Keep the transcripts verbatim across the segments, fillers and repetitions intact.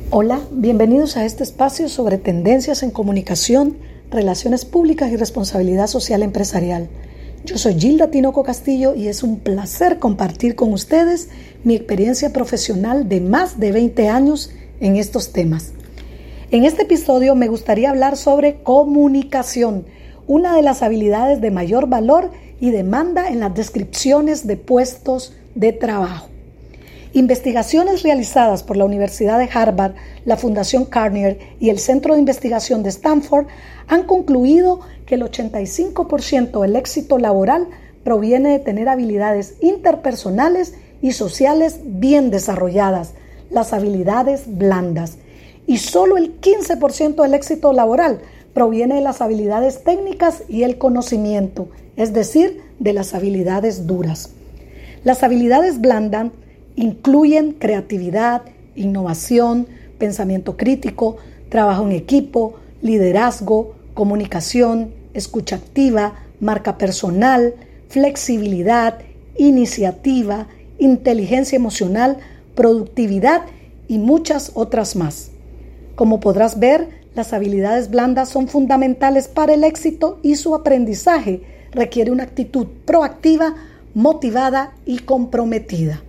Hola, bienvenidos a este espacio sobre tendencias en comunicación, relaciones públicas y responsabilidad social empresarial. Yo soy Gilda Tinoco Castillo y es un placer compartir con ustedes mi experiencia profesional de más de veinte años en estos temas. En este episodio me gustaría hablar sobre comunicación, una de las habilidades de mayor valor y demanda en las descripciones de puestos de trabajo. Investigaciones realizadas por la Universidad de Harvard, la Fundación Carnegie y el Centro de Investigación de Stanford han concluido que el ochenta y cinco por ciento del éxito laboral proviene de tener habilidades interpersonales y sociales bien desarrolladas, las habilidades blandas, y solo el quince por ciento del éxito laboral proviene de las habilidades técnicas y el conocimiento, es decir, de las habilidades duras. Las habilidades blandas incluyen creatividad, innovación, pensamiento crítico, trabajo en equipo, liderazgo, comunicación, escucha activa, marca personal, flexibilidad, iniciativa, inteligencia emocional, productividad y muchas otras más. Como podrás ver, las habilidades blandas son fundamentales para el éxito y su aprendizaje requiere una actitud proactiva, motivada y comprometida.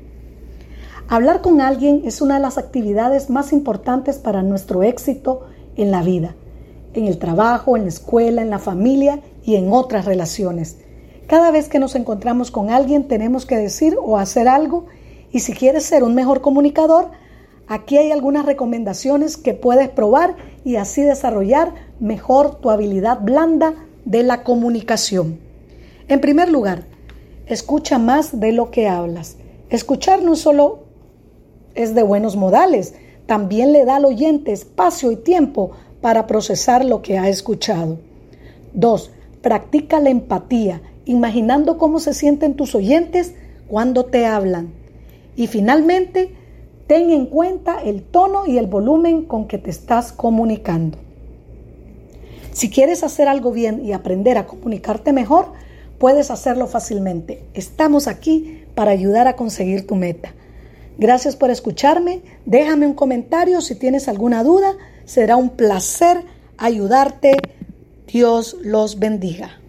Hablar con alguien es una de las actividades más importantes para nuestro éxito en la vida, en el trabajo, en la escuela, en la familia y en otras relaciones. Cada vez que nos encontramos con alguien tenemos que decir o hacer algo, y si quieres ser un mejor comunicador, aquí hay algunas recomendaciones que puedes probar y así desarrollar mejor tu habilidad blanda de la comunicación. En primer lugar, escucha más de lo que hablas. Escuchar no solo es de buenos modales, también le da al oyente espacio y tiempo para procesar lo que ha escuchado. Dos, practica la empatía, imaginando cómo se sienten tus oyentes cuando te hablan. Y finalmente, ten en cuenta el tono y el volumen con que te estás comunicando. Si quieres hacer algo bien y aprender a comunicarte mejor, puedes hacerlo fácilmente. Estamos aquí para ayudar a conseguir tu meta. Gracias por escucharme. Déjame un comentario si tienes alguna duda. Será un placer ayudarte. Dios los bendiga.